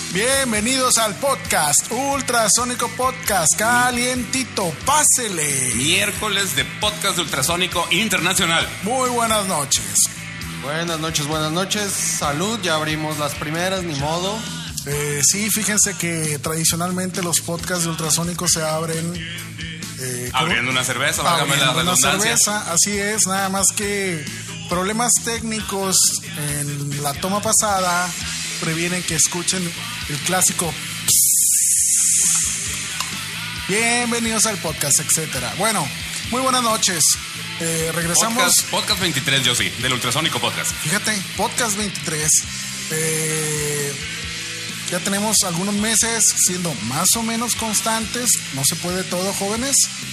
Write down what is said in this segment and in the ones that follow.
Bienvenidos al podcast, Ultrasónico Podcast, calientito, pásele. Miércoles de podcast de Ultrasónico Internacional. Muy buenas noches. Buenas noches. Salud, ya abrimos las primeras, ni modo. Sí, fíjense que tradicionalmente los podcasts de Ultrasónico se abren... abriendo una cerveza, válgame la redundancia. Una cerveza, así es, nada más que problemas técnicos en la toma pasada previenen que escuchen el clásico bienvenidos al podcast, etcétera. Bueno, muy buenas noches. Regresamos. Podcast 23, yo sí, del Ultrasónico Podcast. Fíjate, podcast 23. Ya tenemos algunos meses siendo más o menos constantes. No se puede todo, jóvenes.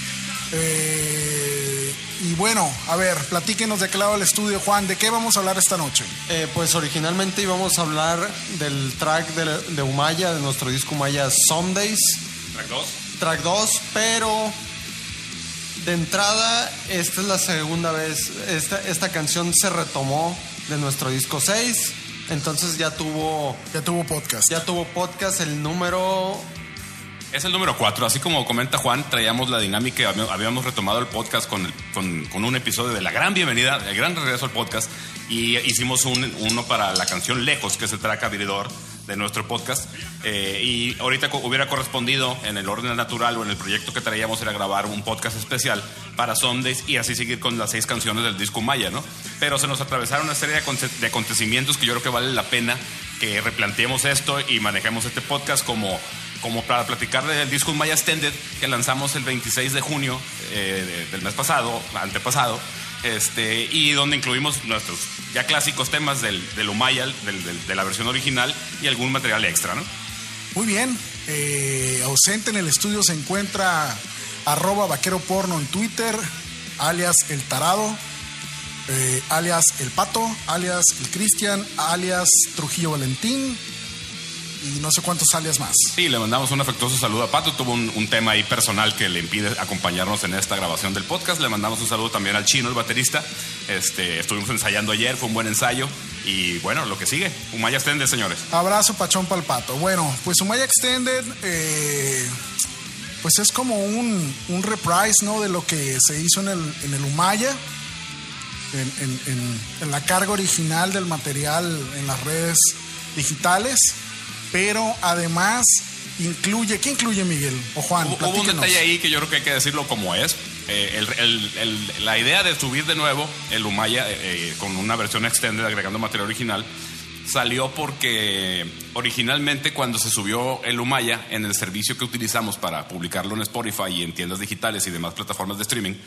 Y bueno, a ver, platíquenos de qué lado del estudio, Juan. ¿De qué vamos a hablar esta noche? Pues originalmente íbamos a hablar del track de Umaya, de nuestro disco Umaya Some Days. Track 2, pero de entrada, esta es la segunda vez. Esta canción se retomó de nuestro disco 6. Entonces ya tuvo podcast. Ya tuvo podcast, el número... Es el número 4, así como comenta Juan, traíamos la dinámica, habíamos retomado el podcast con un episodio de la gran bienvenida, el gran regreso al podcast, y hicimos uno para la canción Lejos, que es el track abridor de nuestro podcast, y ahorita hubiera correspondido en el orden natural o en el proyecto que traíamos era grabar un podcast especial para Sundays y así seguir con las 6 canciones del disco Maya, ¿no? Pero se nos atravesaron una serie de acontecimientos que yo creo que vale la pena que replanteemos esto y manejemos este podcast como para platicar del disco Umaya Extended que lanzamos el 26 de junio del mes antepasado, y donde incluimos nuestros ya clásicos temas del Umaya, de la versión original y algún material extra, ¿no? Muy bien. Ausente en el estudio se encuentra @vaqueroporno en Twitter, alias El Tarado, alias El Pato, alias El Cristian, alias Trujillo Valentín, y no sé cuántos alias más. Sí, le mandamos un afectuoso saludo a Pato. Tuvo un tema ahí personal que le impide acompañarnos en esta grabación del podcast. Le mandamos un saludo también al Chino, el baterista. Estuvimos ensayando ayer, fue un buen ensayo. Y bueno, lo que sigue, Umaya Extended, señores. Abrazo pachón pa'l Pato. Bueno, pues Umaya Extended, pues es como un reprise, ¿no? De lo que se hizo en el Umaya. En la carga original del material en las redes digitales. Pero además ¿qué incluye, Miguel o Juan? Hubo un detalle ahí que yo creo que hay que decirlo como es. La idea de subir de nuevo el Umaya con una versión extended agregando material original salió porque originalmente cuando se subió el Umaya en el servicio que utilizamos para publicarlo en Spotify y en tiendas digitales y demás plataformas de streaming,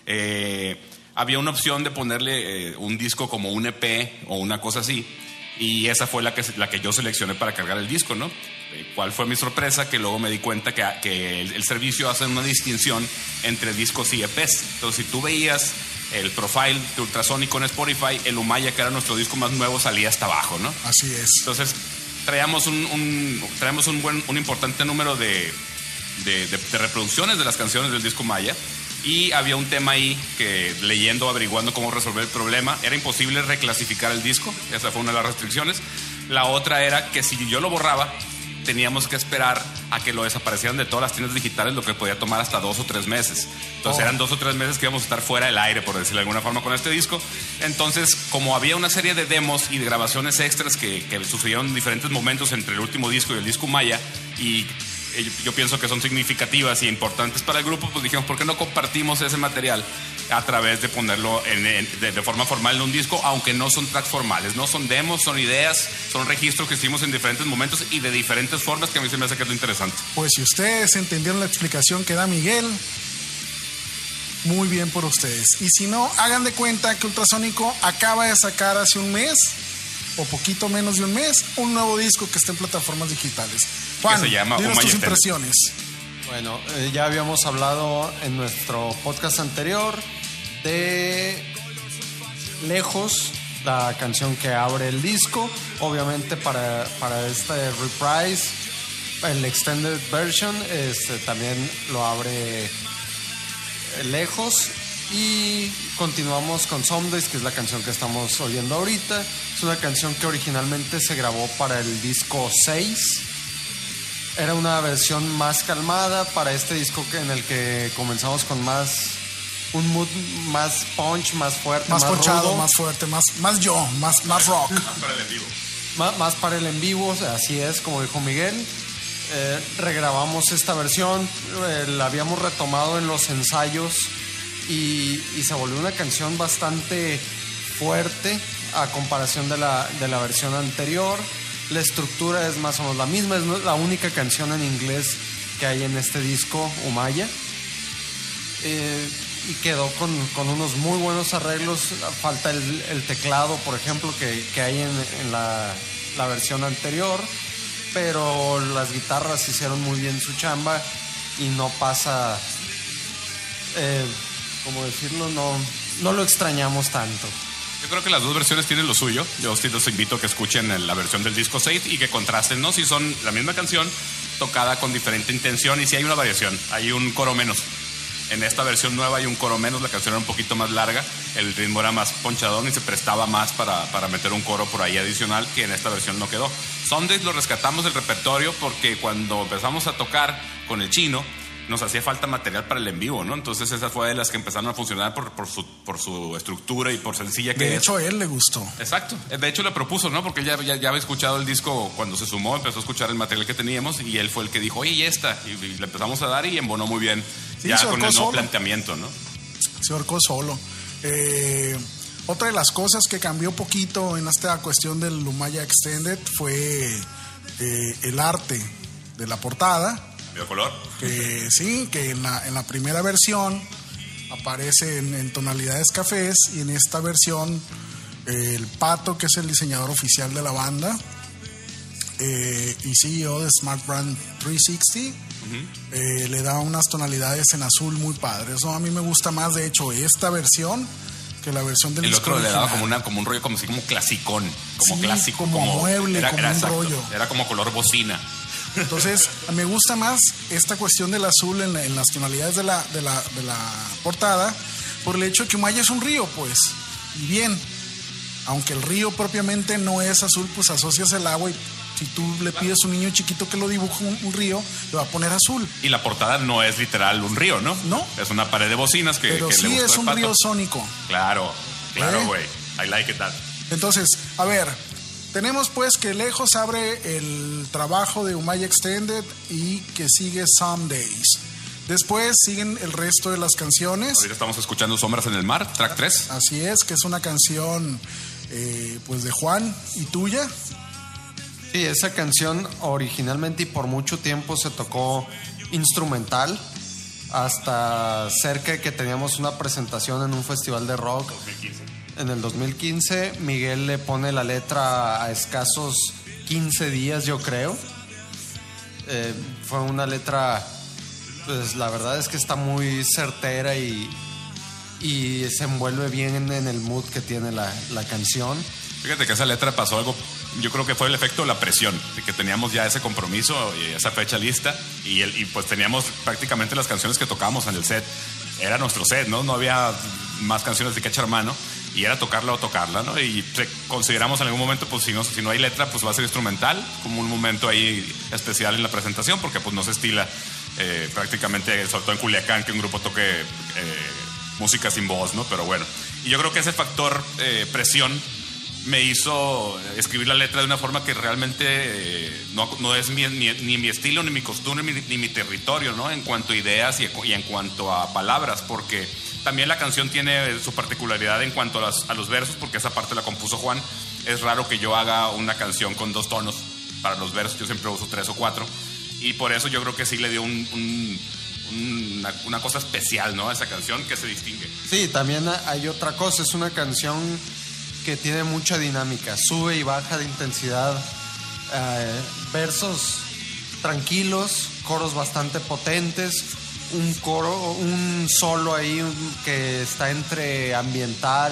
había una opción de ponerle un disco como un EP o una cosa así. Y esa fue la que yo seleccioné para cargar el disco, ¿no? ¿Cuál fue mi sorpresa? Que luego me di cuenta que el servicio hace una distinción entre discos y EPs. Entonces, si tú veías el profile de Ultrasónico en Spotify, el Umaya, que era nuestro disco más nuevo, salía hasta abajo, ¿no? Así es. Entonces, traíamos un importante número de reproducciones de las canciones del disco Maya. Y había un tema ahí que averiguando cómo resolver el problema, era imposible reclasificar el disco. Esa fue una de las restricciones. La otra era que si yo lo borraba, teníamos que esperar a que lo desaparecieran de todas las tiendas digitales, lo que podía tomar hasta 2 o 3 meses. Entonces eran 2 o 3 meses que íbamos a estar fuera del aire, por decirlo de alguna forma, con este disco. Entonces, como había una serie de demos y de grabaciones extras que sucedieron en diferentes momentos entre el último disco y el disco Maya, y yo pienso que son significativas y importantes para el grupo, pues dijimos, ¿por qué no compartimos ese material a través de ponerlo de forma formal en un disco, aunque no son tracks formales, no son demos, son ideas, son registros que hicimos en diferentes momentos y de diferentes formas, que a mí se me hace que es lo interesante. Pues si ustedes entendieron la explicación que da Miguel, muy bien por ustedes. Y si no, hagan de cuenta que Ultrasónico acaba de sacar hace un mes, o poquito menos de un mes, un nuevo disco que está en plataformas digitales. Juan, que se llama dinos tus impresiones. Bueno, ya habíamos hablado en nuestro podcast anterior de Lejos, la canción que abre el disco. Obviamente para este reprise, el extended version, también lo abre Lejos. Y continuamos con Some Days, que es la canción que estamos oyendo ahorita. Es una canción que originalmente se grabó para el disco 6 Era una versión más calmada para este disco en el que comenzamos con un mood más punch, más fuerte, más ponchado, rudo. más fuerte, más rock. Más para el en vivo. Más para el en vivo, así es, como dijo Miguel. Regrabamos esta versión, la habíamos retomado en los ensayos y se volvió una canción bastante fuerte a comparación de la versión anterior. La estructura es más o menos la misma, es la única canción en inglés que hay en este disco, Umaya. Y quedó con unos muy buenos arreglos. Falta el teclado, por ejemplo, que hay en la versión anterior, pero las guitarras hicieron muy bien su chamba y no pasa, ¿cómo decirlo? No lo extrañamos tanto. Yo creo que las dos versiones tienen lo suyo. Yo sí los invito a que escuchen la versión del disco 6 y que contrasten, ¿no? Si son la misma canción tocada con diferente intención y si hay una variación, hay un coro menos. En esta versión nueva hay un coro menos, la canción era un poquito más larga, el ritmo era más ponchadón y se prestaba más para meter un coro por ahí adicional que en esta versión no quedó. Sundays lo rescatamos del repertorio porque cuando empezamos a tocar con el Chino nos hacía falta material para el en vivo, ¿no? Entonces esa fue de las que empezaron a funcionar por su estructura y por sencilla que es. De hecho, a él le gustó. Exacto. De hecho, le propuso, ¿no? Porque ya había escuchado el disco cuando se sumó, empezó a escuchar el material que teníamos y él fue el que dijo, oye, ¿y esta? Y le empezamos a dar y embonó muy bien, sí, ya con el nuevo solo. planteamiento, ¿no? Se ahorcó solo. Otra de las cosas que cambió poquito en esta cuestión del Umaya Extended fue el arte de la portada. ¿De color? Que en la primera versión aparece en tonalidades cafés y en esta versión el Pato, que es el diseñador oficial de la banda y CEO de Smart Brand 360, le da unas tonalidades en azul muy padres, ¿no? A mí me gusta más, de hecho, esta versión que la versión del disco original. El otro le daba como un rollo como clasicón, como sí, clásico, como mueble, como un exacto, rollo. Era como color bocina. Entonces, me gusta más esta cuestión del azul en las tonalidades de la portada, por el hecho de que Umaya es un río, pues. Y bien, aunque el río propiamente no es azul, pues asocias el agua y si tú le pides a un niño chiquito que lo dibuje un río, le va a poner azul. Y la portada no es literal un río, ¿no? No. Es una pared de bocinas que pero que sí le gustó es al un Pato. río sónico. Claro, güey. I like it that. Entonces, a ver, tenemos pues que lejos abre el trabajo de Umaya Extended y que sigue Some Days. Después siguen el resto de las canciones. Ahorita estamos escuchando Sombras en el Mar, track 3. Así es, que es una canción pues de Juan y tuya. Sí, esa canción originalmente y por mucho tiempo se tocó instrumental, hasta cerca de que teníamos una presentación en un festival de rock 2015. en el 2015. Miguel le pone la letra a escasos 15 días, yo creo. Fue una letra, pues la verdad es que está muy certera y se envuelve bien en el mood que tiene la canción. Fíjate que esa letra pasó algo, yo creo que fue el efecto de la presión, de que teníamos ya ese compromiso y esa fecha lista y pues teníamos prácticamente las canciones que tocábamos en el set. Era nuestro set, ¿no? No había más canciones de que echar mano y era tocarla o tocarla, ¿no? Y consideramos en algún momento, pues si no hay letra, pues va a ser instrumental, como un momento ahí especial en la presentación, porque pues no se estila prácticamente, sobre todo en Culiacán, que un grupo toque música sin voz, ¿no? Pero bueno, y yo creo que ese factor presión me hizo escribir la letra de una forma que realmente no es ni mi estilo, ni mi costumbre, ni mi territorio, ¿no? En cuanto a ideas y en cuanto a palabras, porque también la canción tiene su particularidad en cuanto a los versos, porque esa parte la compuso Juan. Es raro que yo haga una canción con 2 tonos para los versos, yo siempre uso 3 o 4, y por eso yo creo que sí le dio una cosa especial, ¿no? A esa canción que se distingue. Sí, también hay otra cosa, es una canción que tiene mucha dinámica, sube y baja de intensidad, versos tranquilos, coros bastante potentes, un solo ahí que está entre ambiental,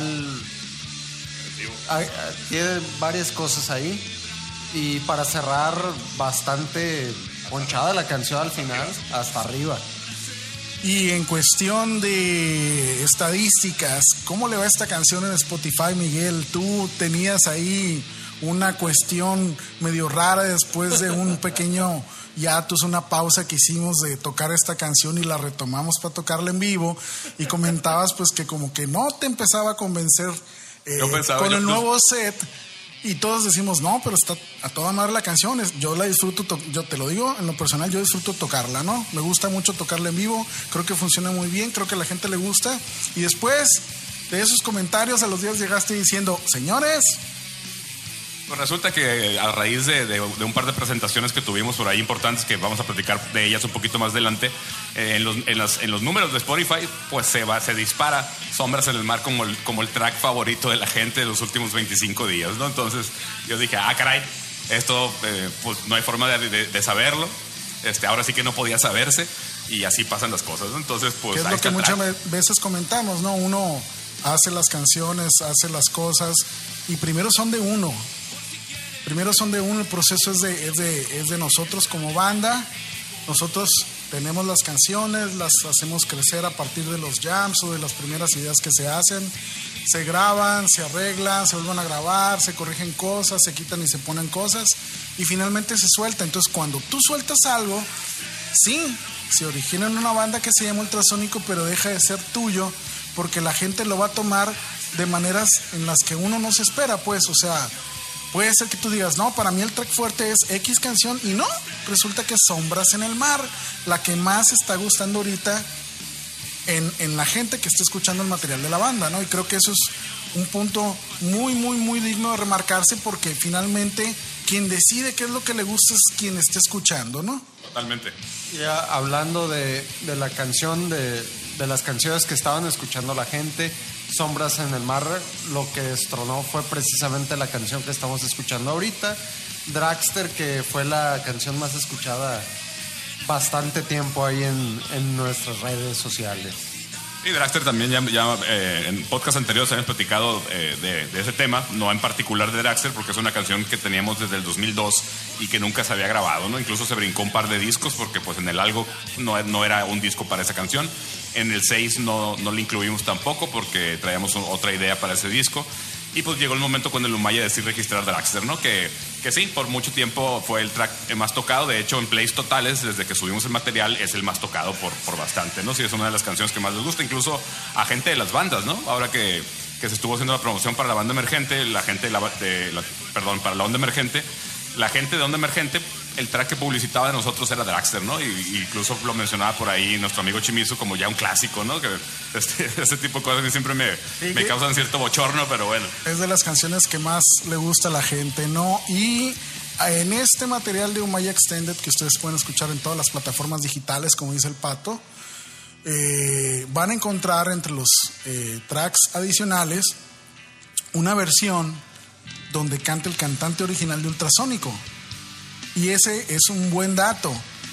tiene varias cosas ahí, y para cerrar bastante ponchada la canción al final, hasta arriba. Y en cuestión de estadísticas, ¿cómo le va esta canción en Spotify, Miguel? Tú tenías ahí una cuestión medio rara después de un pequeño hiatus, una pausa que hicimos de tocar esta canción y la retomamos para tocarla en vivo, y comentabas pues que como que no te empezaba a convencer con el nuevo set, y todos decimos, no, pero está a toda madre la canción, yo la disfruto, yo te lo digo, en lo personal yo disfruto tocarla, ¿no? Me gusta mucho tocarla en vivo, creo que funciona muy bien, creo que a la gente le gusta, y después de esos comentarios a los días llegaste diciendo, señores... Pues resulta que a raíz de un par de presentaciones que tuvimos por ahí importantes, que vamos a platicar de ellas un poquito más adelante, en los números de Spotify, pues se dispara Sombras en el Mar como el track favorito de la gente de los últimos 25 días, ¿no? Entonces yo dije, caray, esto pues no hay forma de saberlo, ahora sí que no podía saberse, y así pasan las cosas, ¿no? Entonces pues... Que es lo que muchas veces comentamos, ¿no? Uno hace las canciones, hace las cosas, y primero son de uno, el proceso es de nosotros como banda. Nosotros tenemos las canciones, las hacemos crecer a partir de los jams o de las primeras ideas que se hacen, se graban, se arreglan, se vuelven a grabar, se corrigen cosas, se quitan y se ponen cosas, y finalmente se suelta. Entonces cuando tú sueltas algo, sí, se origina en una banda que se llama Ultrasónico, pero deja de ser tuyo porque la gente lo va a tomar de maneras en las que uno no se espera, pues, o sea... Puede ser que tú digas, no, para mí el track fuerte es X canción, y no, resulta que es Sombras en el Mar, la que más está gustando ahorita en la gente que está escuchando el material de la banda, ¿no? Y creo que eso es un punto muy, muy, muy digno de remarcarse, porque finalmente quien decide qué es lo que le gusta es quien esté escuchando, ¿no? Totalmente. Ya hablando de la canción, de las canciones que estaban escuchando la gente, Sombras en el Mar, lo que destronó fue precisamente la canción que estamos escuchando ahorita, Dragster, que fue la canción más escuchada bastante tiempo ahí en nuestras redes sociales. Sí, Dragster también ya en podcast anteriores habíamos platicado de ese tema, no en particular de Dragster, porque es una canción que teníamos desde el 2002 y que nunca se había grabado, ¿no? Incluso se brincó un par de discos porque pues en el Algo no era un disco para esa canción. En el 6 no le incluimos tampoco porque traíamos otra idea para ese disco. Y pues llegó el momento con el Umaya de decir registrar Dragster, ¿no? Que sí, por mucho tiempo fue el track más tocado. De hecho, en plays totales, desde que subimos el material, es el más tocado por bastante, ¿no? Sí, es una de las canciones que más les gusta, incluso a gente de las bandas, ¿no? Ahora que se estuvo haciendo la promoción para la banda emergente, para la onda emergente, la gente de onda emergente, el track que publicitaba de nosotros era Dragster, ¿no? Y incluso lo mencionaba por ahí nuestro amigo Chimizo como ya un clásico, ¿no? Que este tipo de cosas a mí siempre me causan cierto bochorno, pero bueno. Es de las canciones que más le gusta a la gente, ¿no? Y en este material de Umaya Extended, que ustedes pueden escuchar en todas las plataformas digitales, como dice el Pato, van a encontrar entre los tracks adicionales una versión donde canta el cantante original de Ultrasónico. Y ese es un buen dato.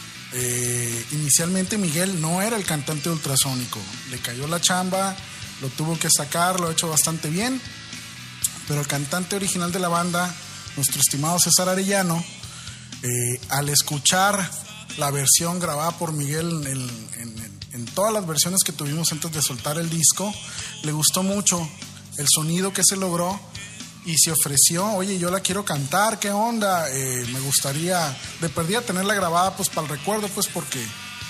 Inicialmente Miguel no era el cantante de Ultrasónico. Le cayó la chamba, lo tuvo que sacar, lo ha hecho bastante bien. Pero el cantante original de la banda, nuestro estimado César Arellano, al escuchar la versión grabada por Miguel en todas las versiones que tuvimos antes de soltar el disco, le gustó mucho el sonido que se logró. Y se ofreció, oye, yo la quiero cantar, ¿qué onda? Me gustaría, de perdida, tenerla grabada pues para el recuerdo, pues porque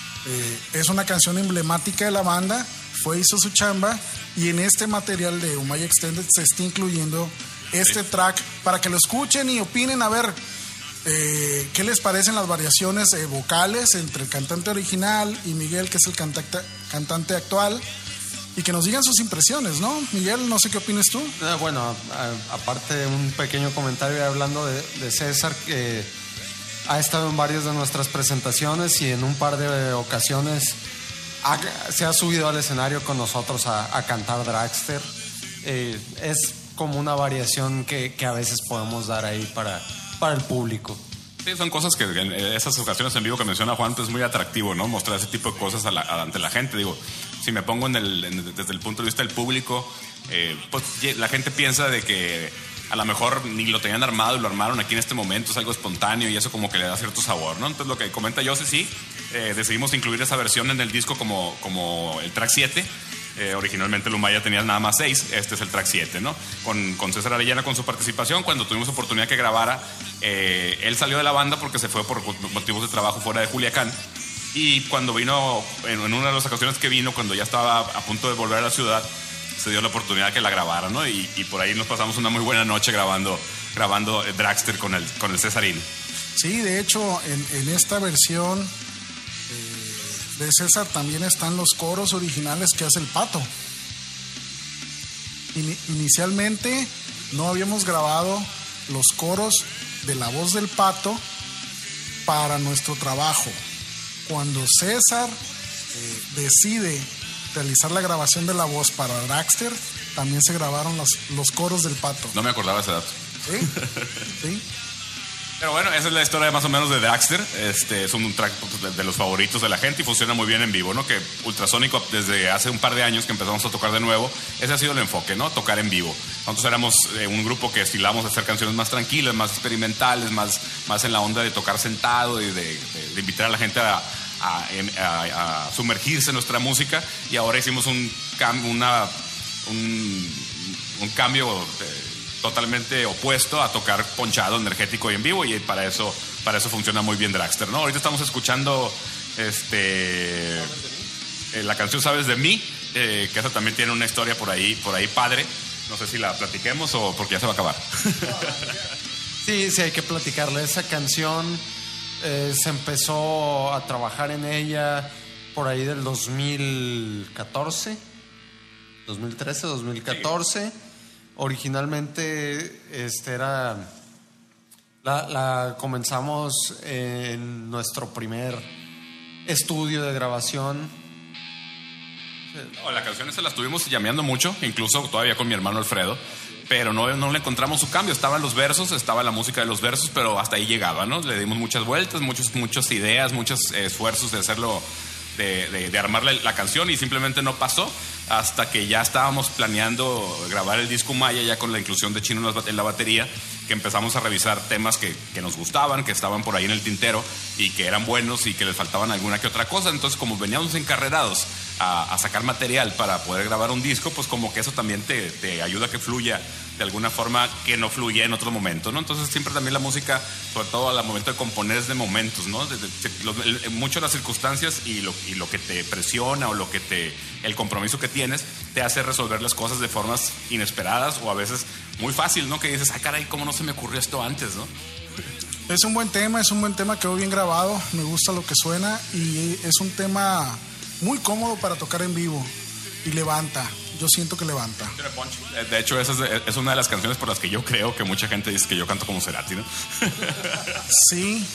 es una canción emblemática de la banda, hizo su chamba, y en este material de Umaya Extended se está incluyendo este track para que lo escuchen y opinen, a ver qué les parecen las variaciones vocales entre el cantante original y Miguel, que es el cantante actual. Y que nos digan sus impresiones, ¿no? Miguel, no sé qué opinas tú. Bueno, aparte de un pequeño comentario hablando de César, que ha estado en varias de nuestras presentaciones y en un par de ocasiones se ha subido al escenario con nosotros a cantar Dragster. Es como una variación que a veces podemos dar ahí para el público. Sí, son cosas que en esas ocasiones en vivo que menciona Juan, pues es muy atractivo, ¿no? Mostrar ese tipo de cosas ante la gente. Digo, si me pongo desde el punto de vista del público, pues la gente piensa de que a lo mejor ni lo tenían armado y lo armaron aquí en este momento, es algo espontáneo y eso como que le da cierto sabor, ¿no? Entonces lo que comenta José, sí, decidimos incluir esa versión en el disco como el track 7, Originalmente Lumaya tenía nada más 6, este es el track 7, ¿no? Con César Arellana con su participación, cuando tuvimos oportunidad que grabara, él salió de la banda porque se fue por motivos de trabajo fuera de Culiacán. Y cuando vino, en una de las ocasiones que vino, cuando ya estaba a punto de volver a la ciudad, se dio la oportunidad que la grabara, ¿no? Y por ahí nos pasamos una muy buena noche grabando Dragster con el Césarino. Sí, de hecho, en esta versión de César también están los coros originales que hace el Pato. Inicialmente no habíamos grabado los coros de la voz del Pato para nuestro trabajo. Cuando César decide realizar la grabación de la voz para Dragster, también se grabaron los coros del Pato. No me acordaba ese dato. ¿Sí? Sí. Pero bueno, esa es la historia más o menos de Dragster. Es un track de los favoritos de la gente y funciona muy bien en vivo, ¿no? Que Ultrasónico, desde hace un par de años que empezamos a tocar de nuevo, ese ha sido el enfoque, ¿no? Tocar en vivo. Nosotros éramos un grupo que estilamos a hacer canciones más tranquilas, más experimentales, más en la onda de tocar sentado y de invitar a la gente a sumergirse en nuestra música. Y ahora hicimos un cambio totalmente opuesto a tocar ponchado, energético y en vivo, y para eso funciona muy bien Dragster, ¿no? Ahorita estamos escuchando la canción Sabes de mí, que esa también tiene una historia por ahí padre. No sé si la platiquemos o porque ya se va a acabar. Sí, hay que platicarle. Esa canción se empezó a trabajar en ella por ahí del 2014, 2013, 2014. Sí. Originalmente la comenzamos en nuestro primer estudio de grabación. La canción esa la estuvimos llameando mucho, incluso todavía con mi hermano Alfredo, pero no le encontramos su cambio. Estaban los versos, estaba la música de los versos, pero hasta ahí llegaba, ¿no? Le dimos muchas vueltas, muchas ideas, muchos esfuerzos de hacerlo, de armar la canción, y simplemente no pasó hasta que ya estábamos planeando grabar el disco Maya, ya con la inclusión de Chino en la batería, que empezamos a revisar temas que nos gustaban, que estaban por ahí en el tintero y que eran buenos y que les faltaban alguna que otra cosa. Entonces, como veníamos encarrerados a sacar material para poder grabar un disco, pues como que eso también te ayuda a que fluya de alguna forma que no fluye en otro momento, ¿no? Entonces siempre también la música, sobre todo al momento de componer, es de momentos, ¿no? Mucho las circunstancias y lo que te presiona o el compromiso que tienes te hace resolver las cosas de formas inesperadas o a veces muy fácil, ¿no? Que dices, caray, ¿cómo no se me ocurrió esto antes, no? Es un buen tema, quedó bien grabado, me gusta lo que suena y es un tema muy cómodo para tocar en vivo y levanta. Yo siento que levanta. De hecho, esa es una de las canciones por las que yo creo que mucha gente dice que yo canto como Cerati, ¿no? Sí.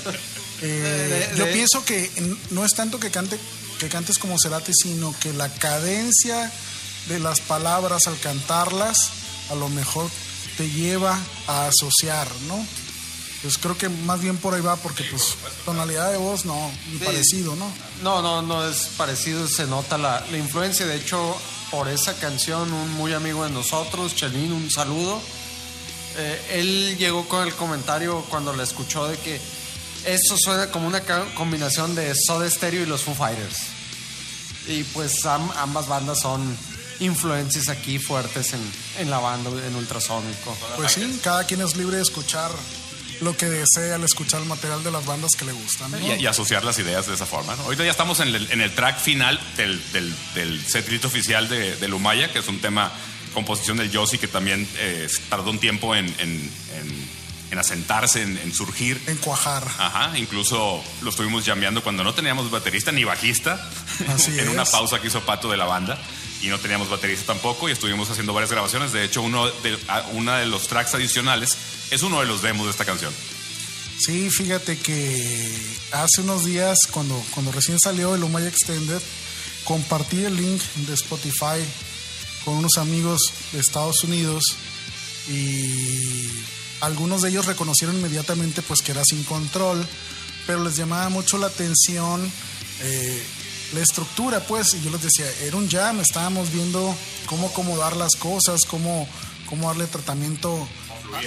Yo pienso que no es tanto que cantes como Cerati, sino que la cadencia de las palabras al cantarlas a lo mejor te lleva a asociar, ¿no? Pues creo que más bien por ahí va, porque pues tonalidad de voz no, ni parecido, ¿no? No es parecido, se nota la influencia. De hecho, por esa canción, un muy amigo de nosotros, Chelín, un saludo, él llegó con el comentario cuando la escuchó de que eso suena como una combinación de Soda Stereo y los Foo Fighters. Y pues ambas bandas son influencias aquí fuertes en la banda, en Ultrasónico. Pues sí, cada quien es libre de escuchar lo que desea al escuchar el material de las bandas que le gustan, ¿no? Y asociar las ideas de esa forma, ¿no? Ahorita ya estamos en el track final del setlist oficial de Lumaya, que es un tema, composición del Yossi, que también tardó un tiempo en asentarse, en surgir. En cuajar. Ajá, incluso lo estuvimos llameando cuando no teníamos baterista ni bajista. Así en es. Una pausa que hizo Pato de la banda. Y no teníamos baterista tampoco, y estuvimos haciendo varias grabaciones. De hecho, uno de los tracks adicionales es uno de los demos de esta canción. Sí, fíjate que hace unos días, cuando recién salió el Lumaya Extended, compartí el link de Spotify con unos amigos de Estados Unidos y algunos de ellos reconocieron inmediatamente pues que era Sin Control, pero les llamaba mucho la atención la estructura, pues, y yo les decía, era un jam, estábamos viendo cómo acomodar las cosas, cómo darle tratamiento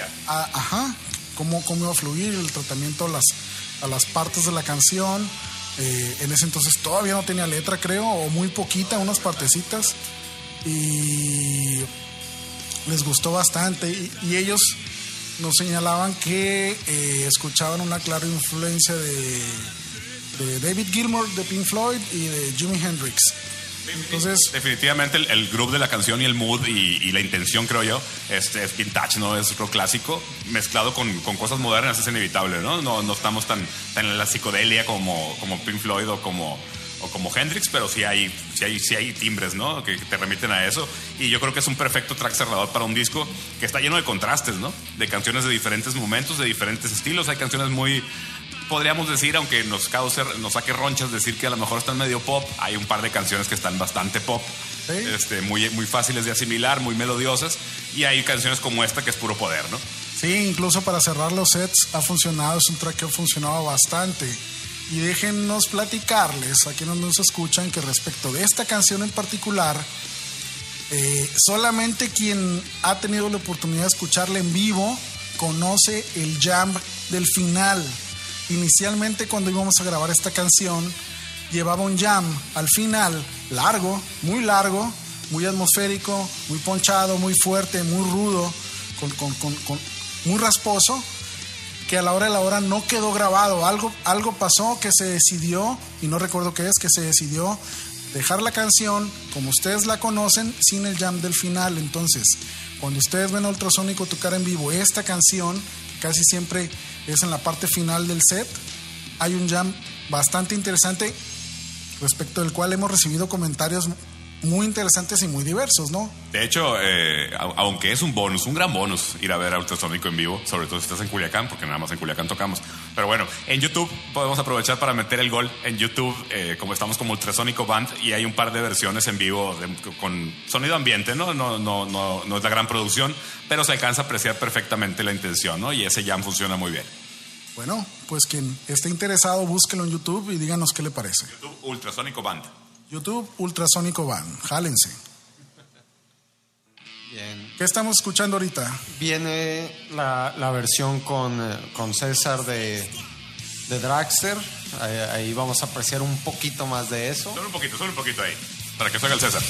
cómo iba a fluir el tratamiento a las partes de la canción, En ese entonces todavía no tenía letra, creo, o muy poquita, unas partecitas. Y les gustó bastante. Y ellos nos señalaban que escuchaban una clara influencia de David Gilmour de Pink Floyd y de Jimi Hendrix. Entonces, definitivamente el groove de la canción y el mood y la intención, creo yo, es vintage, ¿no? Es rock clásico mezclado con cosas modernas, es inevitable, ¿no? No estamos tan en la psicodelia como Pink Floyd o como Hendrix, pero sí hay timbres, ¿no? Que te remiten a eso. Y yo creo que es un perfecto track cerrador para un disco que está lleno de contrastes, ¿no? De canciones de diferentes momentos, de diferentes estilos. Hay canciones muy, podríamos decir, aunque nos saque ronchas decir que a lo mejor están medio pop, hay un par de canciones que están bastante pop, ¿sí? Muy fáciles de asimilar, muy melodiosas, y hay canciones como esta que es puro poder, ¿no? Sí, incluso para cerrar los sets ha funcionado, es un track que ha funcionado bastante. Y déjennos platicarles a quienes nos escuchan que respecto de esta canción en particular, solamente quien ha tenido la oportunidad de escucharla en vivo conoce el jam del final. Inicialmente, cuando íbamos a grabar esta canción, llevaba un jam al final largo, muy atmosférico, muy ponchado, muy fuerte, muy rudo, muy rasposo, que a la hora de la hora no quedó grabado. Algo pasó que se decidió, y no recuerdo qué es, que se decidió dejar la canción como ustedes la conocen sin el jam del final. Entonces, cuando ustedes ven a Ultrasónico tocar en vivo esta canción, casi siempre es en la parte final del set, hay un jam bastante interesante respecto del cual hemos recibido comentarios muy interesantes y muy diversos, ¿no? De hecho, aunque es un gran bonus ir a ver a Ultrasónico en vivo, sobre todo si estás en Culiacán, porque nada más en Culiacán tocamos. Pero bueno, en YouTube podemos aprovechar para meter el gol. En YouTube, como estamos como Ultrasónico Band, y hay un par de versiones en vivo con sonido ambiente, ¿no? No es la gran producción, pero se alcanza a apreciar perfectamente la intención, ¿no? Y ese jam funciona muy bien. Bueno, pues quien esté interesado, búsquelo en YouTube y díganos qué le parece. YouTube Ultrasónico Band. YouTube Ultrasónico Band, jálense. Bien. ¿Qué estamos escuchando ahorita? Viene la versión con César de Dragster. Ahí vamos a apreciar un poquito más de eso. Solo un poquito ahí, para que salga el César.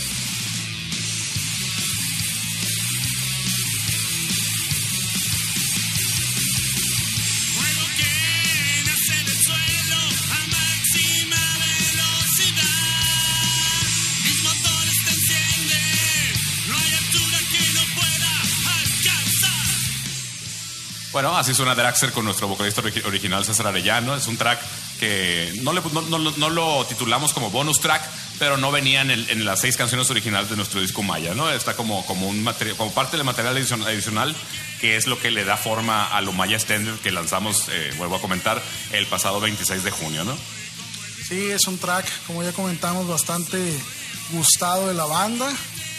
Bueno, así suena Dragster con nuestro vocalista original César Arellano. Es un track que no lo titulamos como bonus track, pero no venía en las 6 canciones originales de nuestro disco Maya, ¿no? Está como parte del material adicional, que es lo que le da forma a lo Maya Extended que lanzamos, vuelvo a comentar, el pasado 26 de junio, ¿no? Sí, es un track, como ya comentamos, bastante gustado de la banda.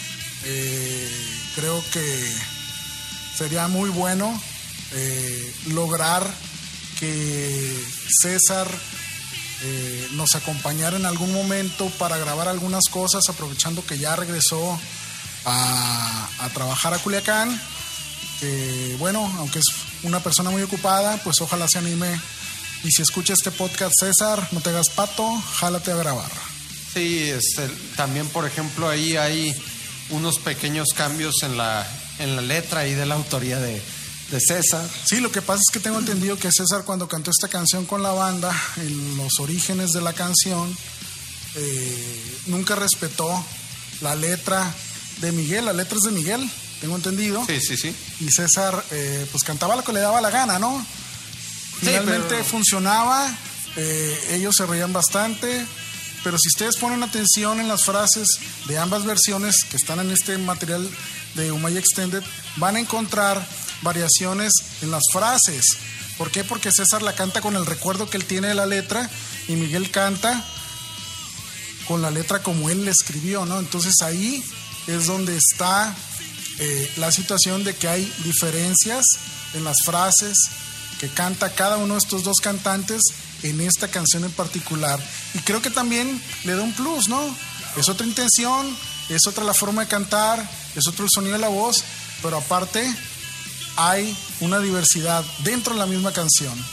Creo que sería muy bueno lograr que César nos acompañara en algún momento para grabar algunas cosas, aprovechando que ya regresó a trabajar a Culiacán. Bueno, aunque es una persona muy ocupada, pues ojalá se anime. Y si escucha este podcast, César, no te hagas pato, jálate a grabar. Sí, también, por ejemplo, ahí hay unos pequeños cambios en la letra y de la autoría de César. Sí, lo que pasa es que tengo entendido que César, cuando cantó esta canción con la banda, en los orígenes de la canción, nunca respetó la letra de Miguel. La letra es de Miguel, tengo entendido. Sí. Y César, pues cantaba lo que le daba la gana, ¿no? Finalmente funcionaba, ellos se reían bastante, pero si ustedes ponen atención en las frases de ambas versiones que están en este material de Umaya Extended, van a encontrar variaciones en las frases. ¿Por qué? Porque César la canta con el recuerdo que él tiene de la letra y Miguel canta con la letra como él la escribió, ¿no? Entonces ahí es donde está la situación de que hay diferencias en las frases que canta cada uno de estos dos cantantes en esta canción en particular. Y creo que también le da un plus, ¿no? Es otra intención, es otra la forma de cantar, es otro el sonido de la voz, pero aparte hay una diversidad dentro de la misma canción.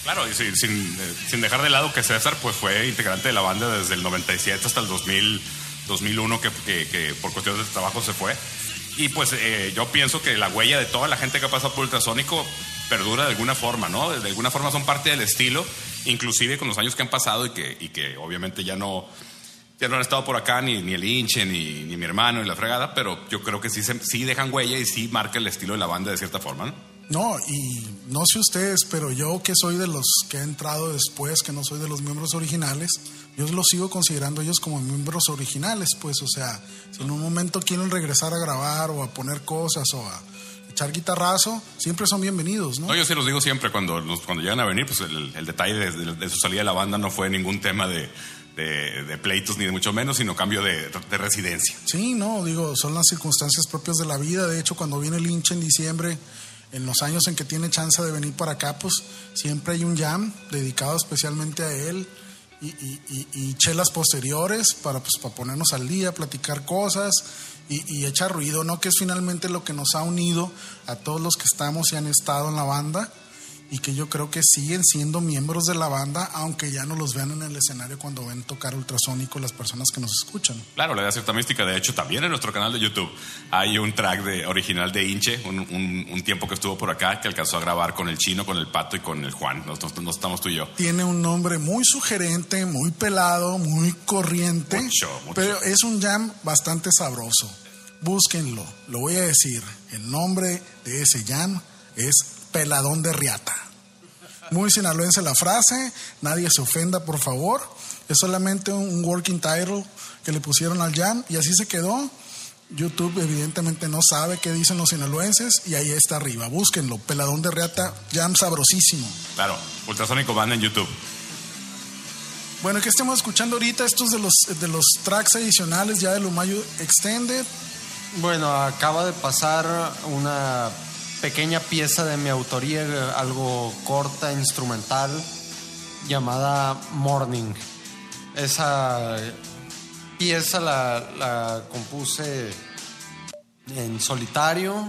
Claro, y sin dejar de lado que César pues fue integrante de la banda desde el 97 hasta el 2001 que por cuestiones de trabajo se fue. Y pues yo pienso que la huella de toda la gente que ha pasado por Ultrasónico perdura de alguna forma, ¿no? De alguna forma son parte del estilo, inclusive con los años que han pasado y que obviamente ya no han estado por acá ni el Inche, ni mi hermano, ni la fregada, pero yo creo que sí dejan huella y sí marca el estilo de la banda de cierta forma, ¿no? No, y no sé ustedes, pero yo que soy de los que he entrado después, que no soy de los miembros originales, yo los sigo considerando ellos como miembros originales, pues, o sea, si en un momento quieren regresar a grabar o a poner cosas o a echar guitarrazo, siempre son bienvenidos, ¿no? No, yo sí los digo siempre, cuando llegan a venir, pues el detalle de su salida de la banda no fue ningún tema de pleitos ni de mucho menos, sino cambio de residencia. Sí, no, digo, son las circunstancias propias de la vida. De hecho, cuando viene el Inche en diciembre, en los años en que tiene chance de venir para acá, pues siempre hay un jam dedicado especialmente a él y chelas posteriores para ponernos al día, platicar cosas y echar ruido, ¿no? Que es finalmente lo que nos ha unido a todos los que estamos y han estado en la banda y que yo creo que siguen siendo miembros de la banda, aunque ya no los vean en el escenario cuando ven tocar Ultrasónico las personas que nos escuchan. Claro, le da cierta mística. De hecho, también en nuestro canal de YouTube hay un track original de Inche, un tiempo que estuvo por acá, que alcanzó a grabar con el Chino, con el Pato y con el Juan. No estamos tú y yo. Tiene un nombre muy sugerente, muy pelado, muy corriente, mucho. Pero es un jam bastante sabroso. Búsquenlo, lo voy a decir. El nombre de ese jam es Peladón de Riata. Muy sinaloense la frase, nadie se ofenda, por favor. Es solamente un working title que le pusieron al jam y así se quedó. YouTube evidentemente no sabe qué dicen los sinaloenses y ahí está arriba. Búsquenlo, Peladón de Riata, jam sabrosísimo. Claro, Ultrasónico Banda en YouTube. Bueno, ¿qué estamos escuchando ahorita? Estos de los tracks adicionales ya del Humayo Extended. Bueno, acaba de pasar una pequeña pieza de mi autoría, algo corta, instrumental, llamada Morning. Esa pieza la compuse en solitario.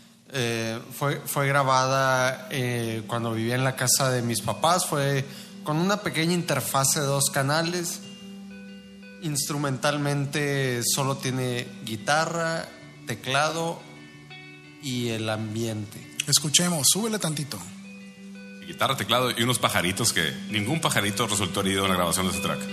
Fue grabada cuando vivía en la casa de mis papás. Fue con una pequeña interfase de 2 canales. Instrumentalmente solo tiene guitarra, teclado y el ambiente. Escuchemos, súbele tantito. Guitarra, teclado y unos pajaritos que ningún pajarito resultó herido en la grabación de ese track.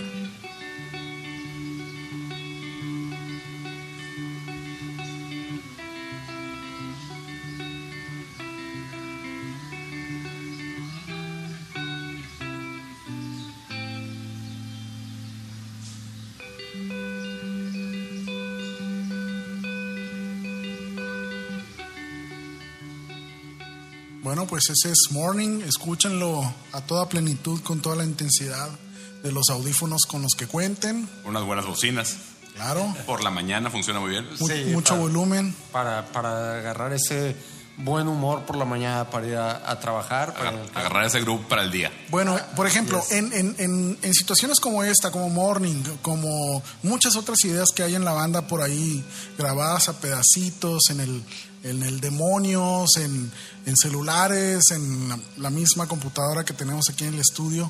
Bueno, pues ese es Morning, escúchenlo a toda plenitud, con toda la intensidad de los audífonos con los que cuenten. Unas buenas bocinas. Claro. Por la mañana funciona muy bien. Mucho volumen. Para agarrar ese buen humor por la mañana para ir a trabajar. Agarrar ese grupo para el día. Bueno, por ejemplo, en situaciones como esta, como Morning, como muchas otras ideas que hay en la banda por ahí, grabadas a pedacitos, en el Demonios, en celulares, en la misma computadora que tenemos aquí en el estudio,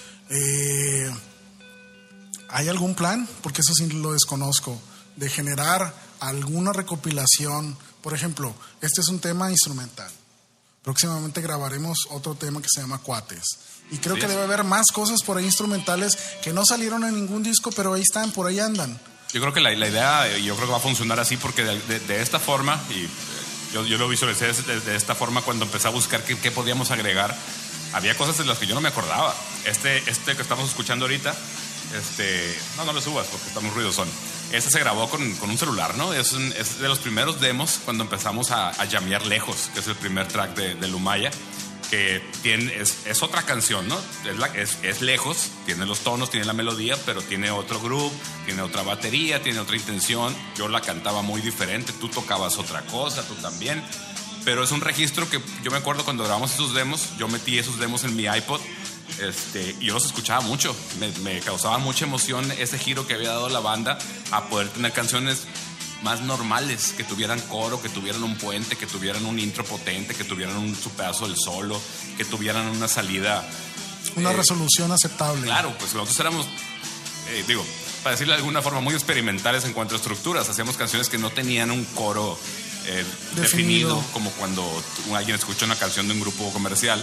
¿hay algún plan? Porque eso sí lo desconozco, de generar alguna recopilación. Por ejemplo, este es un tema instrumental. Próximamente grabaremos otro tema que se llama Cuates. Y creo que debe haber más cosas por ahí instrumentales que no salieron en ningún disco, pero ahí están, por ahí andan. Yo creo que la idea, yo creo que va a funcionar así, porque de esta forma, y yo lo visualicé de esta forma cuando empecé a buscar qué podíamos agregar. Había cosas de las que yo no me acordaba. Este que estamos escuchando ahorita, no lo subas porque está muy ruidosón. Este se grabó con un celular, ¿no? Es de los primeros demos cuando empezamos a llamear Lejos, que es el primer track de Lumaya, que es otra canción, ¿no? Es Lejos, tiene los tonos, tiene la melodía, pero tiene otro groove, tiene otra batería, tiene otra intención. Yo la cantaba muy diferente, tú tocabas otra cosa, tú también. Pero es un registro que yo me acuerdo cuando grabamos esos demos, yo metí esos demos en mi iPod, y yo los escuchaba mucho. Me causaba mucha emoción ese giro que había dado la banda a poder tener canciones más normales, que tuvieran coro, que tuvieran un puente, que tuvieran un intro potente, que tuvieran su pedazo del solo, que tuvieran una salida Una resolución aceptable. Claro, pues nosotros éramos, para decirlo de alguna forma, muy experimentales en cuanto a estructuras. Hacíamos canciones que no tenían un coro definido, como cuando alguien escucha una canción de un grupo comercial.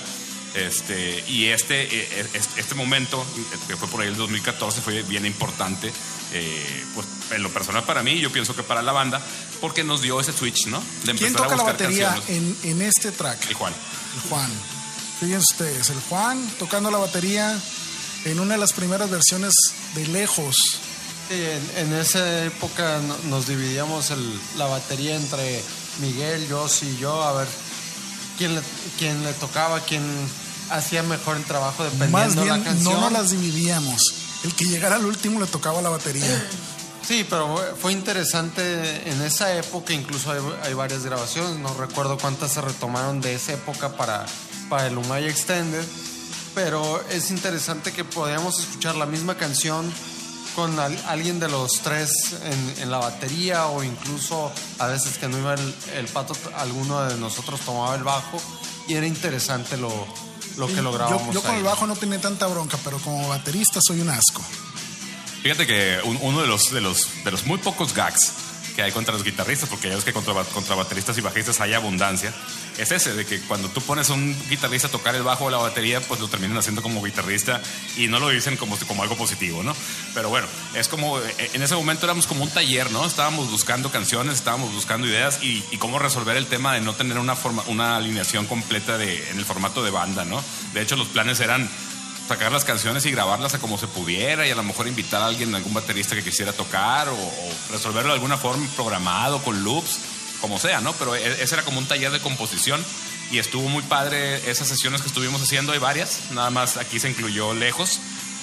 Y este momento, que fue por ahí el 2014, fue bien importante, pues en lo personal para mí, yo pienso que para la banda, porque nos dio ese switch, ¿no? De ¿Quién toca la batería en este track? El Juan. El Juan. Fíjense ustedes, el Juan tocando la batería en una de las primeras versiones de Lejos. Sí, en esa época nos dividíamos la batería entre Miguel, Josi y yo, a ver quién le tocaba, quién hacía mejor el trabajo dependiendo de la canción. No nos las dividíamos. El que llegara al último le tocaba la batería. Sí, pero fue interesante en esa época, incluso hay varias grabaciones, no recuerdo cuántas se retomaron de esa época para el Umaya Extended, pero es interesante que podíamos escuchar la misma canción con alguien de los tres en la batería, o incluso a veces que no iba el Pato, alguno de nosotros tomaba el bajo, y era interesante lo que lográbamos. Yo con el bajo no tenía tanta bronca, pero como baterista soy un asco. Fíjate que uno de los muy pocos gags que hay contra los guitarristas, porque ya ves que contra bateristas y bajistas hay abundancia, es ese, de que cuando tú pones a un guitarrista a tocar el bajo o la batería, pues lo terminan haciendo como guitarrista y no lo dicen como algo positivo, ¿no? Pero bueno, es como, en ese momento éramos como un taller, ¿no? Estábamos buscando canciones, estábamos buscando ideas y cómo resolver el tema de no tener una alineación completa en el formato de banda, ¿no? De hecho, los planes eran sacar las canciones y grabarlas a como se pudiera, y a lo mejor invitar a alguien, algún baterista que quisiera tocar, o resolverlo de alguna forma programado, con loops, como sea, ¿no? Pero ese era como un taller de composición y estuvo muy padre esas sesiones que estuvimos haciendo. Hay varias, nada más aquí se incluyó Lejos.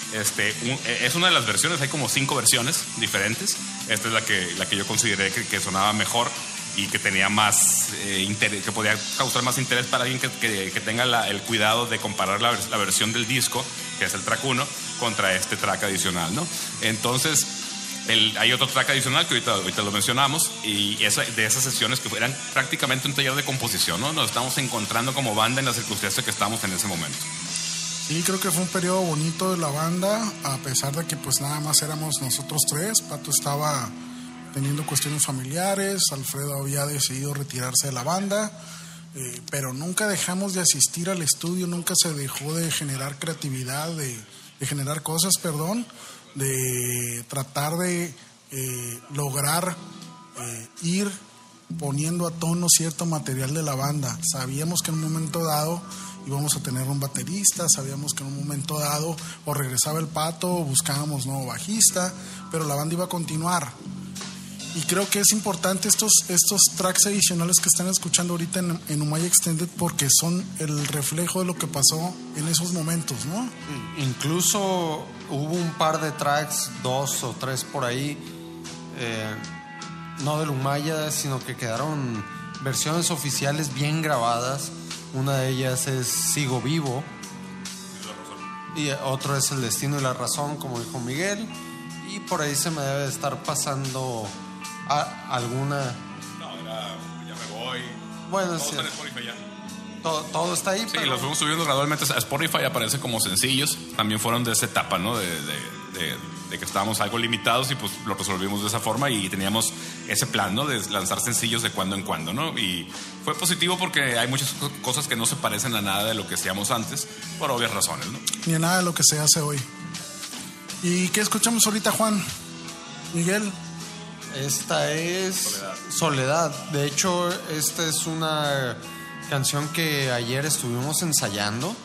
Es una de las versiones, hay como 5 versiones diferentes. Esta es la que yo consideré que sonaba mejor y que tenía más interés, que podía causar más interés para alguien que tenga el cuidado de comparar la versión del disco, que es el track 1, contra este track adicional, ¿no? Entonces, hay otro track adicional que ahorita lo mencionamos, y de esas sesiones que eran prácticamente un taller de composición, ¿no? Nos estamos encontrando como banda en las circunstancias que estamos en ese momento. Sí, creo que fue un periodo bonito de la banda, a pesar de que pues nada más éramos nosotros tres. Pato estaba teniendo cuestiones familiares, Alfredo había decidido retirarse de la banda, pero nunca dejamos de asistir al estudio, nunca se dejó de generar creatividad, de generar cosas, de tratar de lograr ir poniendo a tono cierto material de la banda. Sabíamos que en un momento dado íbamos a tener un baterista, sabíamos que en un momento dado o regresaba el Pato o buscábamos nuevo bajista, pero la banda iba a continuar. Y creo que es importante estos tracks adicionales que están escuchando ahorita en Umaya Extended, porque son el reflejo de lo que pasó en esos momentos, ¿no? Incluso hubo un par de tracks, 2 o 3 por ahí, no del Umaya, sino que quedaron versiones oficiales bien grabadas. Una de ellas es Sigo Vivo, y otro es El Destino y la Razón, como dijo Miguel. Y por ahí se me debe de estar pasando alguna. No, era Ya me voy. Bueno, todo sí. está en Spotify ya. Todo está ahí. Sí, pero los fuimos subiendo gradualmente a Spotify, aparecen como sencillos. También fueron de esa etapa, ¿no? De que estábamos algo limitados y pues lo resolvimos de esa forma, y teníamos ese plan, ¿no? De lanzar sencillos de cuando en cuando, ¿no? Y fue positivo porque hay muchas cosas que no se parecen a nada de lo que hacíamos antes, por obvias razones, ¿no? Ni a nada de lo que se hace hoy. ¿Y qué escuchamos ahorita, Juan? Miguel. Esta es Soledad. De hecho, esta es una canción que ayer estuvimos ensayando,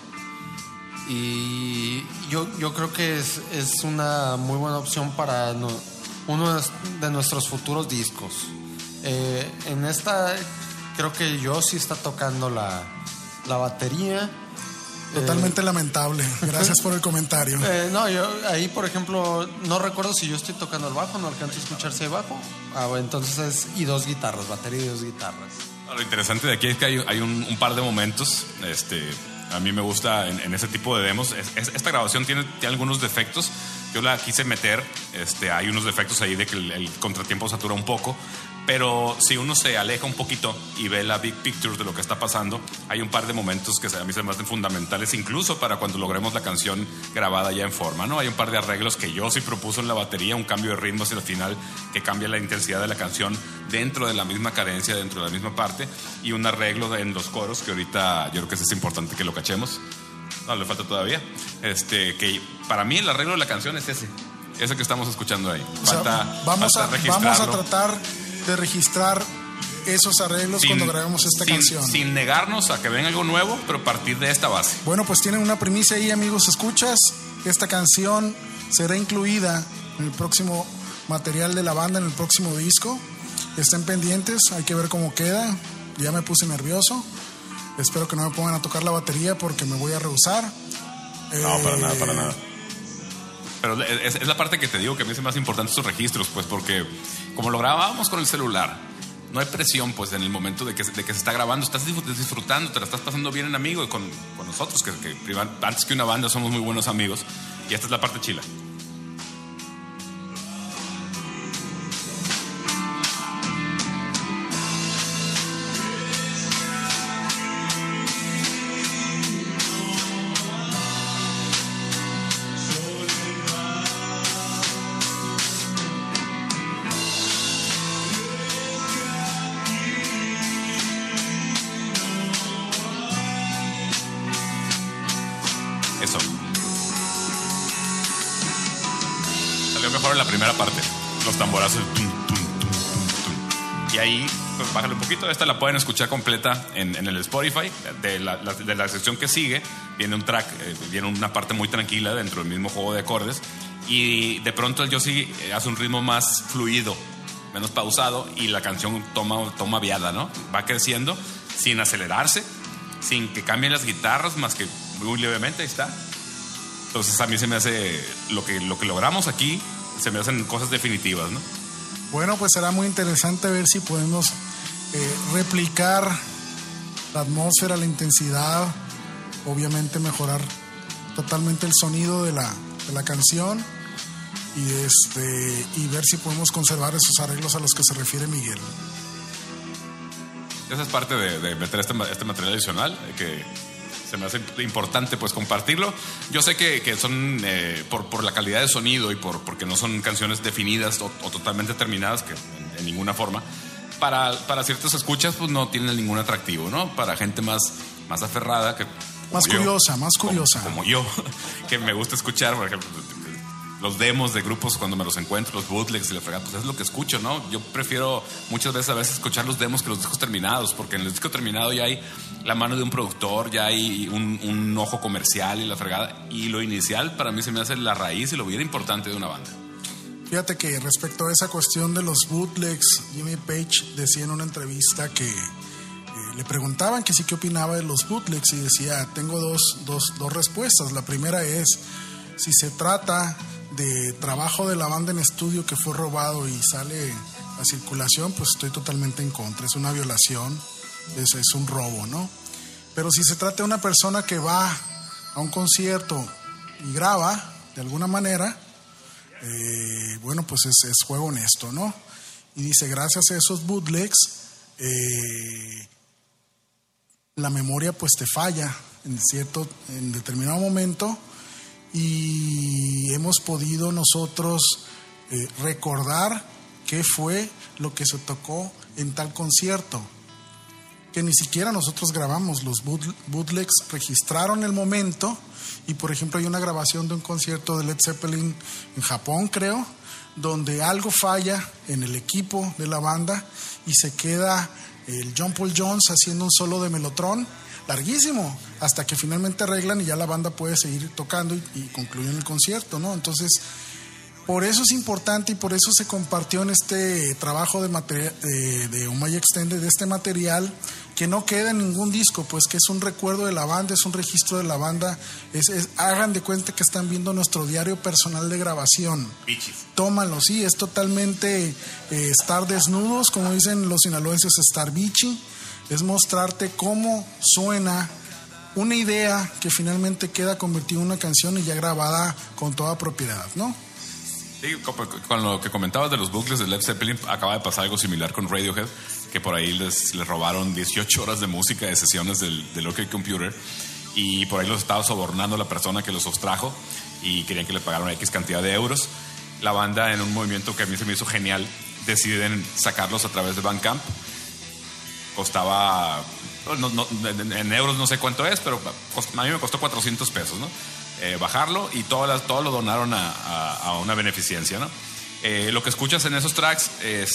y yo creo que es una muy buena opción para uno de nuestros futuros discos. En esta creo que Josi está tocando la batería. Totalmente lamentable. Gracias por el comentario. No, yo ahí, por ejemplo, no recuerdo si yo estoy tocando el bajo, no alcanzo a escuchar si hay bajo. Bueno, entonces y 2 guitarras, batería y 2 guitarras. Lo interesante de aquí es que hay un par de momentos. A mí me gusta en ese tipo de demos. Esta grabación tiene algunos defectos. Yo la quise meter. Hay unos defectos ahí de que el contratiempo satura un poco. Pero si uno se aleja un poquito y ve la big picture de lo que está pasando, hay un par de momentos que a mí se me hacen fundamentales, incluso para cuando logremos la canción grabada ya en forma, ¿no? Hay un par de arreglos que yo sí propuso en la batería, un cambio de ritmo hacia el final que cambia la intensidad de la canción dentro de la misma cadencia, dentro de la misma parte, y un arreglo en los coros que ahorita yo creo que es importante que lo cachemos. No, le falta todavía. Que para mí el arreglo de la canción es ese que estamos escuchando ahí. Vamos a tratar de registrar esos arreglos cuando grabemos esta canción. Sin negarnos a que venga algo nuevo, pero partir de esta base. Bueno, pues tienen una primicia ahí, amigos, escuchas. Esta canción será incluida en el próximo material de la banda, en el próximo disco. Estén pendientes, hay que ver cómo queda. Ya me puse nervioso. Espero que no me pongan a tocar la batería porque me voy a rehusar. No, para nada. Pero es la parte que te digo que a mí es más importante estos registros, pues porque como lo grabábamos con el celular, no hay presión pues en el momento de que se está grabando, estás disfrutando, te la estás pasando bien en amigo y con nosotros, que antes que una banda somos muy buenos amigos, y esta es la parte chila. Eso. Salió mejor en la primera parte. Los tamborazos. Y ahí, pues bájale un poquito. Esta la pueden escuchar completa en el Spotify. De la sección que sigue, viene un track, viene una parte muy tranquila dentro del mismo juego de acordes. Y de pronto el Josie hace un ritmo más fluido, menos pausado. Y la canción toma viada, ¿no? Va creciendo sin acelerarse, sin que cambien las guitarras, más que muy levemente, ahí está. Entonces a mí se me hace lo que logramos aquí, se me hacen cosas definitivas, ¿no? Bueno, pues será muy interesante ver si podemos replicar la atmósfera, la intensidad, obviamente mejorar totalmente el sonido de la canción y ver si podemos conservar esos arreglos a los que se refiere Miguel. Esa es parte de meter este material adicional que se me hace importante pues compartirlo. Yo sé que son por la calidad de sonido y porque no son canciones definidas o totalmente terminadas, que en ninguna forma, para ciertas escuchas pues no tienen ningún atractivo, ¿no? Para gente más aferrada, más curiosa como yo, que me gusta escuchar, por ejemplo, los demos de grupos cuando me los encuentro, los bootlegs y la fregada, pues es lo que escucho, ¿no? Yo prefiero muchas veces escuchar los demos que los discos terminados, porque en el disco terminado ya hay la mano de un productor, ya hay un ojo comercial y la fregada, y lo inicial para mí se me hace la raíz y lo bien importante de una banda. Fíjate que respecto a esa cuestión de los bootlegs, Jimmy Page decía en una entrevista que le preguntaban que sí qué opinaba de los bootlegs y decía, tengo dos respuestas. La primera es, si se trata de trabajo de la banda en estudio que fue robado y sale a circulación, pues estoy totalmente en contra. Es una violación, es un robo, ¿no? Pero si se trata de una persona que va a un concierto y graba de alguna manera, bueno, pues es juego honesto, ¿no? Y dice, gracias a esos bootlegs, la memoria pues te falla en determinado momento, y hemos podido nosotros recordar qué fue lo que se tocó en tal concierto, que ni siquiera nosotros grabamos. Los bootlegs registraron el momento, y por ejemplo hay una grabación de un concierto de Led Zeppelin en Japón, creo, donde algo falla en el equipo de la banda y se queda el John Paul Jones haciendo un solo de Mellotron larguísimo, hasta que finalmente arreglan y ya la banda puede seguir tocando y concluyen el concierto, ¿no? Entonces, por eso es importante y por eso se compartió en este trabajo de Umayyad Extended, de este material, que no queda en ningún disco, pues que es un recuerdo de la banda, es un registro de la banda, hagan de cuenta que están viendo nuestro diario personal de grabación. Bichis. Tómalo, sí, es totalmente estar desnudos, como dicen los sinaloenses, estar bichi. Es mostrarte cómo suena una idea que finalmente queda convertida en una canción y ya grabada con toda propiedad, ¿no? Sí, con lo que comentabas de los bucles de Led Zeppelin, acaba de pasar algo similar con Radiohead, que por ahí les robaron 18 horas de música de sesiones del OK Computer, y por ahí los estaba sobornando la persona que los sustrajo y querían que le pagaran X cantidad de euros. La banda, en un movimiento que a mí se me hizo genial, deciden sacarlos a través de Bandcamp. Costaba, en euros no sé cuánto es, pero a mí me costó $400, ¿no? Bajarlo, y todo lo donaron a una beneficencia, ¿no? Lo que escuchas en esos tracks,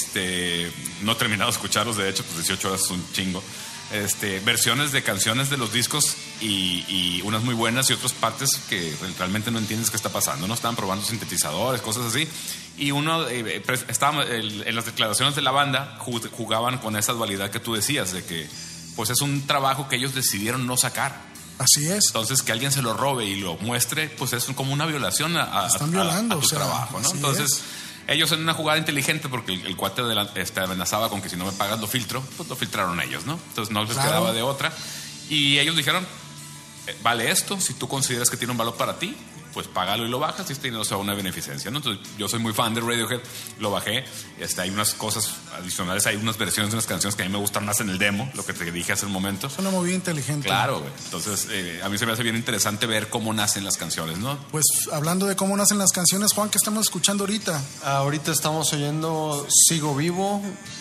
no he terminado de escucharlos, de hecho, pues 18 horas es un chingo. Versiones de canciones de los discos y unas muy buenas y otras partes que realmente no entiendes qué está pasando, ¿no? Estaban probando sintetizadores, cosas así, y uno estaba en las declaraciones de la banda, jugaban con esa dualidad que tú decías, de que pues es un trabajo que ellos decidieron no sacar. Así es. Entonces, que alguien se lo robe y lo muestre, pues es como una violación a tu trabajo, ¿no? Entonces, ellos en una jugada inteligente, porque el cuate amenazaba con que si no me pagas lo filtro, pues lo filtraron ellos, ¿no? Entonces no les quedaba de otra. Y ellos dijeron, vale esto, si tú consideras que tiene un valor para ti, pues págalo y lo bajas, y este dinero se va a una beneficencia, ¿no? Entonces, yo soy muy fan de Radiohead, lo bajé. Hay unas cosas adicionales, hay unas versiones de unas canciones que a mí me gustan más en el demo, lo que te dije hace un momento. Es una movida inteligente. Claro, güey. Entonces, a mí se me hace bien interesante ver cómo nacen las canciones, ¿no? Pues, hablando de cómo nacen las canciones, Juan, ¿qué estamos escuchando ahorita? Ahorita estamos oyendo Sigo Vivo.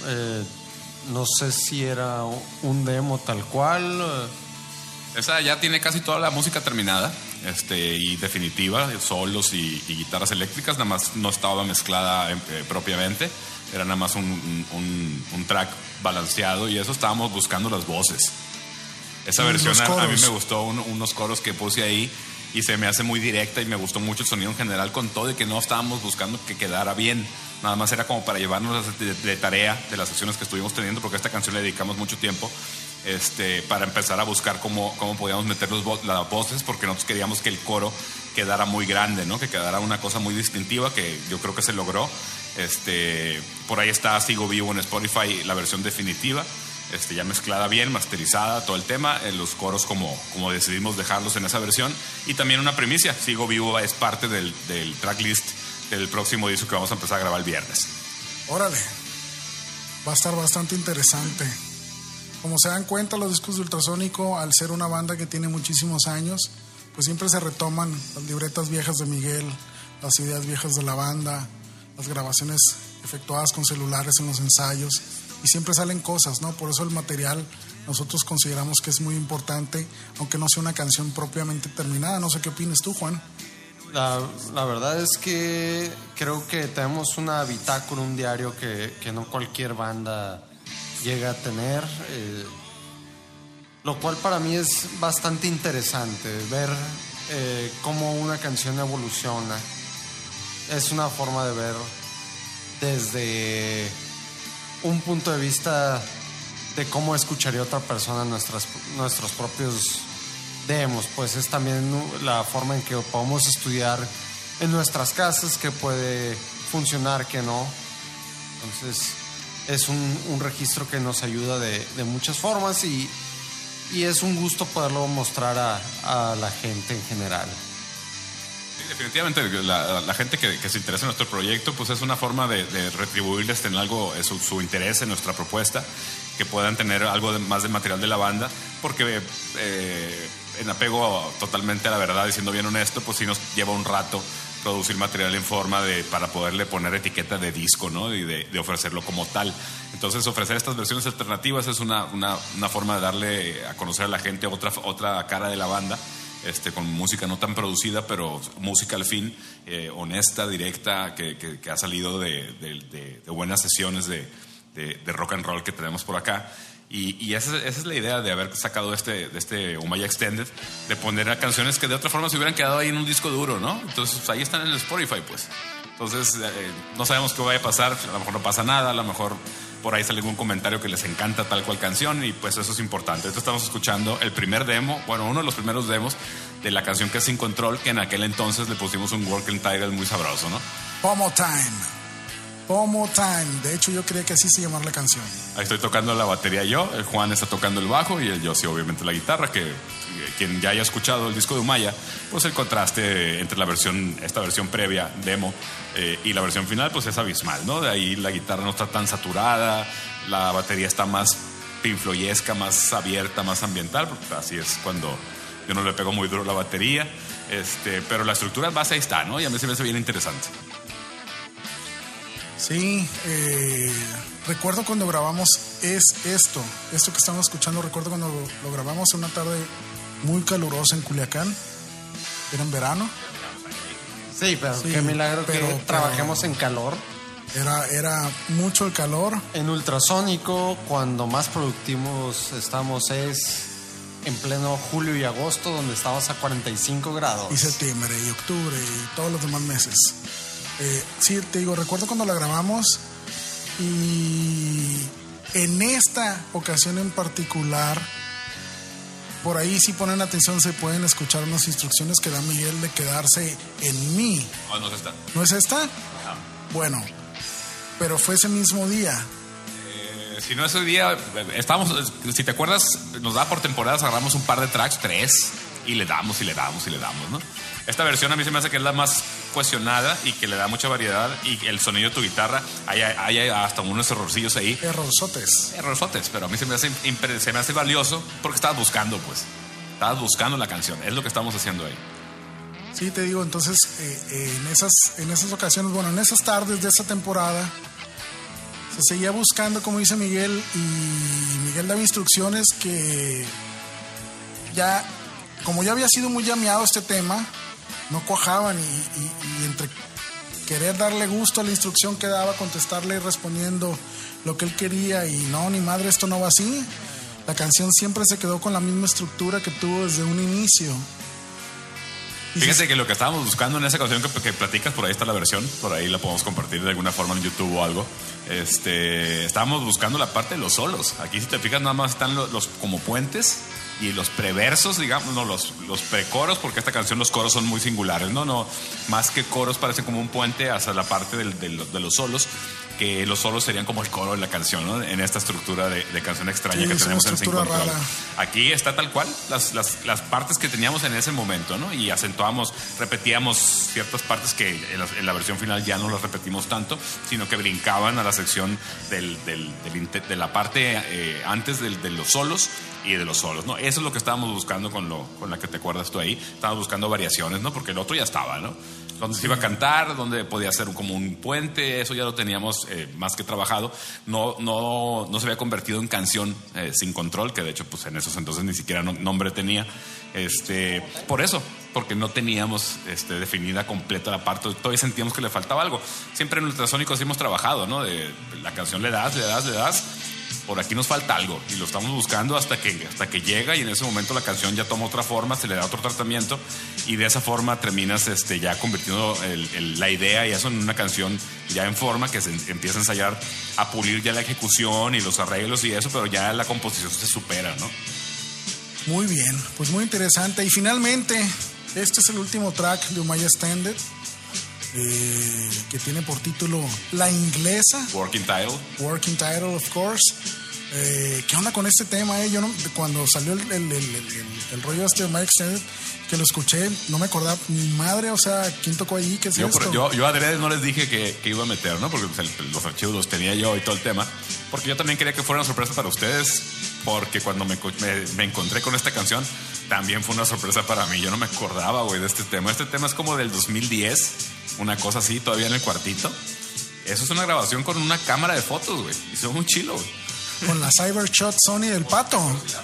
No sé si era un demo tal cual. Esa ya tiene casi toda la música terminada, y definitiva, solos y guitarras eléctricas, nada más no estaba mezclada propiamente, era nada más un track balanceado, y eso estábamos buscando las voces. Esa versión a mí me gustó, unos coros que puse ahí, y se me hace muy directa, y me gustó mucho el sonido en general, con todo y que no estábamos buscando que quedara bien, nada más era como para llevarnos de tarea de las sesiones que estuvimos teniendo, porque a esta canción le dedicamos mucho tiempo. Para empezar a buscar cómo podíamos meter las voces, porque nosotros queríamos que el coro quedara muy grande, ¿no? Que quedara una cosa muy distintiva, que yo creo que se logró. Por ahí está Sigo Vivo en Spotify, la versión definitiva, ya mezclada bien, masterizada, todo el tema, los coros como decidimos dejarlos en esa versión. Y también una primicia, Sigo Vivo es parte del tracklist del próximo disco que vamos a empezar a grabar el viernes. Órale, va a estar bastante interesante. Como se dan cuenta, los discos de Ultrasónico, al ser una banda que tiene muchísimos años, pues siempre se retoman las libretas viejas de Miguel, las ideas viejas de la banda, las grabaciones efectuadas con celulares en los ensayos, y siempre salen cosas, ¿no? Por eso el material nosotros consideramos que es muy importante, aunque no sea una canción propiamente terminada. No sé qué opinas tú, Juan. La verdad es que creo que tenemos una bitácora, un diario que no cualquier banda llega a tener, lo cual para mí es bastante interesante ver cómo una canción evoluciona. Es una forma de ver desde un punto de vista de cómo escucharía otra persona nuestros propios demos. Pues es también la forma en que podemos estudiar en nuestras casas qué puede funcionar, qué no. Entonces es un registro que nos ayuda de muchas formas, y es un gusto poderlo mostrar a la gente en general. Sí, definitivamente la gente que se interesa en nuestro proyecto, pues es una forma de retribuirles en algo, su interés en nuestra propuesta, que puedan tener algo más de material de la banda, porque en apego totalmente a la verdad y siendo bien honesto, pues sí nos lleva un rato producir material en forma para poderle poner etiqueta de disco, ¿no? Y de ofrecerlo como tal. Entonces, ofrecer estas versiones alternativas es una forma de darle a conocer a la gente otra cara de la banda, con música no tan producida, pero música al fin, honesta, directa, que ha salido de buenas sesiones de rock and roll que tenemos por acá. Y esa es la idea de haber sacado de este Umaya Extended, de poner canciones que de otra forma se hubieran quedado ahí en un disco duro, ¿no? Entonces, pues, ahí están en el Spotify, pues. Entonces, no sabemos qué vaya a pasar, a lo mejor no pasa nada, a lo mejor por ahí sale algún comentario que les encanta tal cual canción, y pues eso es importante. Entonces estamos escuchando el primer demo, uno de los primeros demos de la canción que es Sin Control, que en aquel entonces le pusimos un working title muy sabroso, ¿no? Pomo Time. Pomo Time. De hecho, yo creía que así se llamaba la canción. Ahí estoy tocando la batería yo, el Juan está tocando el bajo y el Yossi obviamente la guitarra, que quien ya haya escuchado el disco de Umaya, pues el contraste entre esta versión previa, demo, y la versión final, pues es abismal, ¿no? De ahí la guitarra no está tan saturada, la batería está más pinfloyesca, más abierta, más ambiental, porque así es cuando yo no le pego muy duro la batería, pero la estructura base ahí está, ¿no? Y a mí se me hace bien interesante. Sí, recuerdo cuando grabamos esto que estamos escuchando, recuerdo cuando lo grabamos en una tarde muy calurosa en Culiacán, era en verano. Sí, pero sí, qué milagro que trabajemos en calor. Era mucho el calor. En Ultrasónico, cuando más productivos estamos es en pleno julio y agosto, donde estabas a 45 grados. Y septiembre y octubre y todos los demás meses. Sí, te digo, recuerdo cuando la grabamos y en esta ocasión en particular, por ahí si ponen atención se pueden escuchar unas instrucciones que da Miguel de quedarse en mí. Oh, no es esta. ¿No es esta? No. Bueno, pero fue ese mismo día. Si no ese día, si te acuerdas, nos da por temporadas, agarramos un par de tracks, 3, y le damos, ¿no? Esta versión a mí se me hace que es la más cuestionada y que le da mucha variedad, y el sonido de tu guitarra, hay hasta unos errorcillos ahí. Errorzotes, pero a mí se me hace valioso porque estabas buscando la canción, es lo que estamos haciendo ahí. Sí, te digo, entonces en esas ocasiones, bueno, en esas tardes de esa temporada se seguía buscando, como dice Miguel, y Miguel daba instrucciones que ya, como ya había sido muy llameado este tema, no cuajaban y entre querer darle gusto a la instrucción que daba, contestarle respondiendo lo que él quería y no, ni madre, esto no va así. La canción siempre se quedó con la misma estructura que tuvo desde un inicio. Fíjese que lo que estábamos buscando en esa canción que platicas, por ahí está la versión, por ahí la podemos compartir de alguna forma en YouTube o algo. Estábamos buscando la parte de los solos. Aquí si te fijas nada más están los como puentes y los preversos, digamos, no, los precoros, porque esta canción los coros son muy singulares, no, más que coros parecen como un puente hacia la parte de los solos, que los solos serían como el coro de la canción, ¿no? En esta estructura de canción extraña, sí, que tenemos en Sin Control. Aquí está tal cual las partes que teníamos en ese momento, ¿no? Y acentuamos, repetíamos ciertas partes que en la versión final ya no las repetimos tanto, sino que brincaban a la sección de la parte antes de los solos y de los solos, ¿no? Eso es lo que estábamos buscando con la que te acuerdas tú ahí. Estábamos buscando variaciones, ¿no? Porque el otro ya estaba, ¿no? Donde se iba a cantar, donde podía ser como un puente, eso ya lo teníamos más que trabajado. No se había convertido en canción Sin Control, que de hecho pues en esos entonces ni siquiera nombre tenía. Por eso, porque no teníamos definida completa la parte, todavía sentíamos que le faltaba algo. Siempre en Ultrasónicos hemos trabajado, ¿no? De la canción le das, por aquí nos falta algo y lo estamos buscando hasta que llega, y en ese momento la canción ya toma otra forma, se le da otro tratamiento y de esa forma terminas ya convirtiendo la idea y eso en una canción ya en forma, que se empieza a ensayar, a pulir ya la ejecución y los arreglos y eso, pero ya la composición se supera, ¿no? Muy bien, pues muy interesante. Y finalmente este es el último track de Umaya Extended, que tiene por título La Inglesa. Working Title, of course. ¿Qué onda con este tema? Yo cuando salió el rollo de Umaya Extended, que lo escuché, no me acordaba ni madre, o sea, ¿quién tocó ahí? ¿Qué es esto? Yo adrede no les dije que iba a meter, ¿no? Porque los archivos los tenía yo y todo el tema. Porque yo también quería que fuera una sorpresa para ustedes, porque cuando me encontré con esta canción, también fue una sorpresa para mí. Yo no me acordaba, güey, de este tema. Este tema es como del 2010, una cosa así, todavía en el cuartito. Eso es una grabación con una cámara de fotos, güey. Y son muy chilo, güey. Con la Cybershot Sony del Pato.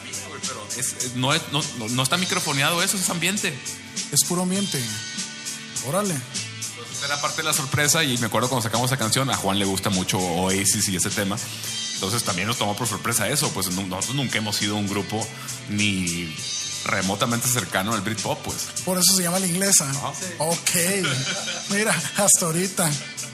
Pero no está microfoneado, eso es ambiente. Es puro ambiente. Órale. Entonces era parte de la sorpresa, y me acuerdo cuando sacamos esa canción, a Juan le gusta mucho Oasis y ese tema. Entonces también nos tomó por sorpresa eso, pues nosotros nunca hemos sido un grupo ni remotamente cercano al Britpop, pues. Por eso se llama La Inglesa. Ah, sí. Ok. Mira, hasta ahorita.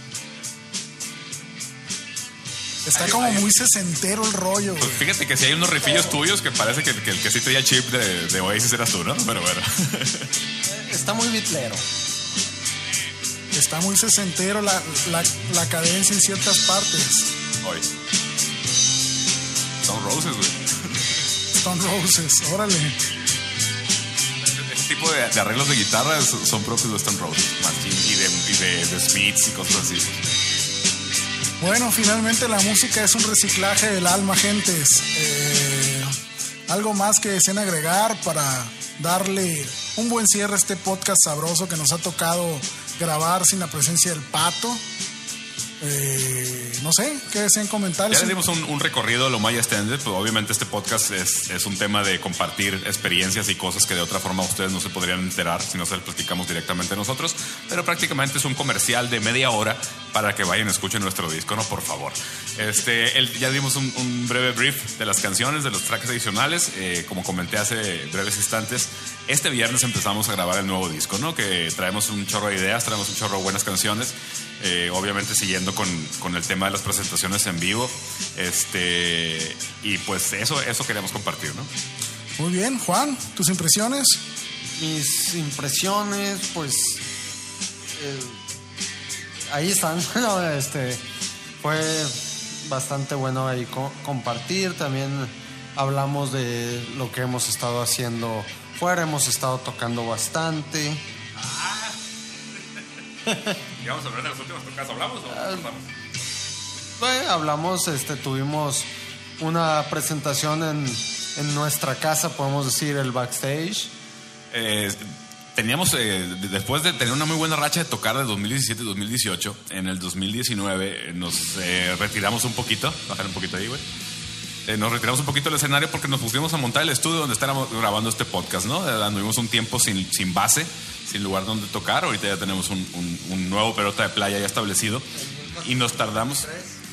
Está como muy sesentero el rollo, güey. Pues fíjate que si hay unos rifillos tuyos que parece que el que sí tenía chip de Oasis eras tú, ¿no? Pero bueno. Está muy bitlero. Está muy sesentero la cadencia en ciertas partes. Hoy. Stone Roses, güey. Stone Roses, órale. Este tipo de arreglos de guitarra son propios de Stone Roses, y de Smiths y cosas así. Bueno, finalmente la música es un reciclaje del alma, gentes. Algo más que deseen agregar para darle un buen cierre a este podcast sabroso que nos ha tocado grabar sin la presencia del Pato. No sé, ¿qué desean comentar? Ya le dimos un recorrido a lo Maya Extended, pues obviamente este podcast es un tema de compartir experiencias y cosas que de otra forma ustedes no se podrían enterar si no se las platicamos directamente nosotros, pero prácticamente es un comercial de media hora para que vayan y escuchen nuestro disco, ¿no? Por favor. Ya dimos un breve brief de las canciones, de los tracks adicionales, como comenté hace breves instantes. Este viernes empezamos a grabar el nuevo disco, ¿no? Que traemos un chorro de ideas, traemos un chorro de buenas canciones, obviamente siguiendo con el tema de las presentaciones en vivo, y pues eso queríamos compartir, ¿no? Muy bien, Juan, ¿tus impresiones? Mis impresiones, pues ahí están. No, fue bastante bueno ahí compartir. También hablamos de lo que hemos estado haciendo fuera, hemos estado tocando bastante. ¿Y vamos a hablar de las últimas tocadas? ¿Hablamos o cortamos? Bueno, hablamos, tuvimos una presentación en nuestra casa, podemos decir, el backstage. Teníamos, después de tener una muy buena racha de tocar de 2017-2018, en el 2019 nos retiramos un poquito. Bajar un poquito ahí, güey. Nos retiramos un poquito del escenario porque nos pusimos a montar el estudio donde estábamos grabando este podcast, ¿no? Anduvimos un tiempo sin base, sin lugar donde tocar. Ahorita ya tenemos un nuevo pelota de playa ya establecido y nos tardamos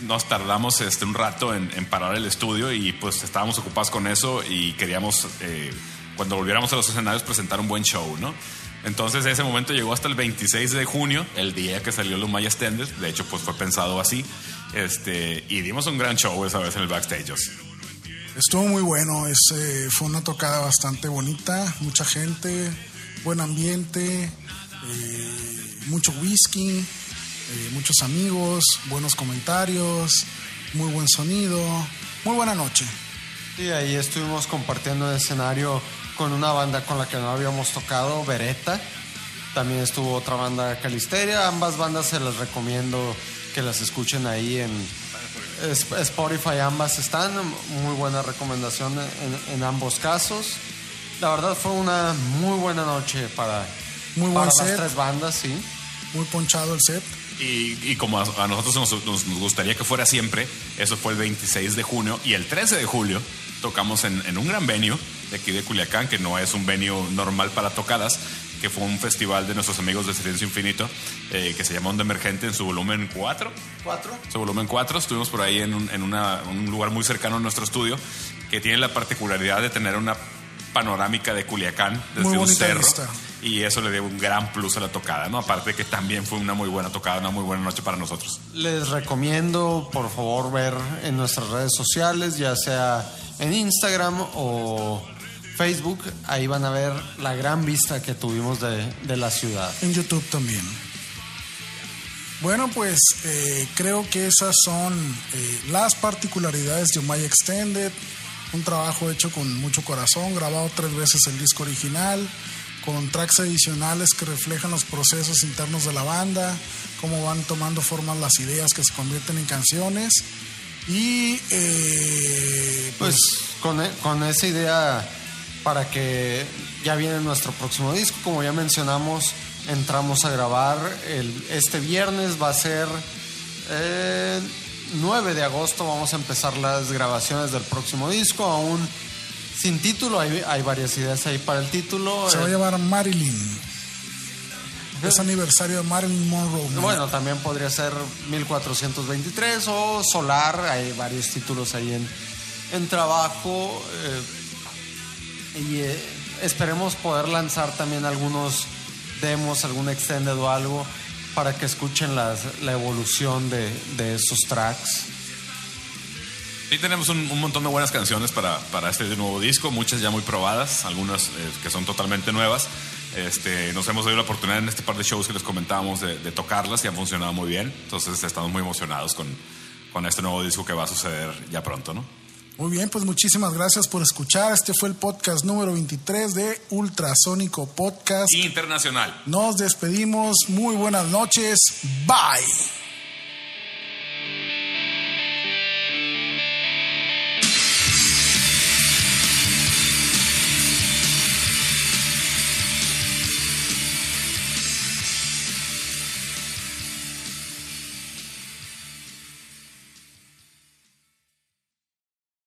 un rato en parar el estudio y pues estábamos ocupados con eso y queríamos, cuando volviéramos a los escenarios, presentar un buen show, ¿no? Entonces ese momento llegó hasta el 26 de junio, el día que salió los Maya Extended. De hecho, pues fue pensado así. Y dimos un gran show esa vez en el backstage. Estuvo muy bueno, fue una tocada bastante bonita, mucha gente, buen ambiente, mucho whisky, muchos amigos, buenos comentarios, muy buen sonido, muy buena noche. Sí, ahí estuvimos compartiendo el escenario con una banda con la que no habíamos tocado, Beretta. También estuvo otra banda, Calisteria. Ambas bandas se las recomiendo que las escuchen ahí en Spotify. Ambas están, muy buena recomendación en ambos casos. La verdad fue una muy buena noche para las tres bandas, sí. Muy ponchado el set. Y como a nosotros nos gustaría que fuera siempre, eso fue el 26 de junio y el 13 de julio tocamos en un gran venue de aquí de Culiacán, que no es un venue normal para tocadas, que fue un festival de nuestros amigos de Silencio Infinito, que se llama Onda Emergente en su volumen 4. Su volumen 4. Estuvimos por ahí en un lugar muy cercano a nuestro estudio, que tiene la particularidad de tener una panorámica de Culiacán desde un cerro. Vista. Y eso le dio un gran plus a la tocada, ¿no? Aparte de que también fue una muy buena tocada, una muy buena noche para nosotros. Les recomiendo, por favor, ver en nuestras redes sociales, ya sea en Instagram o Facebook. Ahí van a ver la gran vista que tuvimos de la ciudad. En YouTube también. Bueno, pues creo que esas son las particularidades de Maya Extended. Un trabajo hecho con mucho corazón, grabado 3 veces el disco original, con tracks adicionales que reflejan los procesos internos de la banda, cómo van tomando forma las ideas que se convierten en canciones. Y pues con esa idea, para que ya viene nuestro próximo disco, como ya mencionamos, entramos a grabar este viernes, va a ser 9 de agosto, vamos a empezar las grabaciones del próximo disco, aún sin título, hay varias ideas ahí para el título. Se va a llamar Marilyn. Es aniversario de Marilyn Monroe. Bueno, también podría ser 1423 o Solar, hay varios títulos ahí en trabajo. Y esperemos poder lanzar también algunos demos, algún extended o algo, para que escuchen la evolución de esos tracks. Sí, tenemos un montón de buenas canciones para este nuevo disco, muchas ya muy probadas, algunas que son totalmente nuevas, Nos hemos dado la oportunidad en este par de shows que les comentábamos de tocarlas y han funcionado muy bien. Entonces estamos muy emocionados con este nuevo disco que va a suceder ya pronto, ¿no? Muy bien, pues muchísimas gracias por escuchar. Este fue el podcast número 23 de Ultrasónico Podcast Internacional. Nos despedimos. Muy buenas noches. Bye.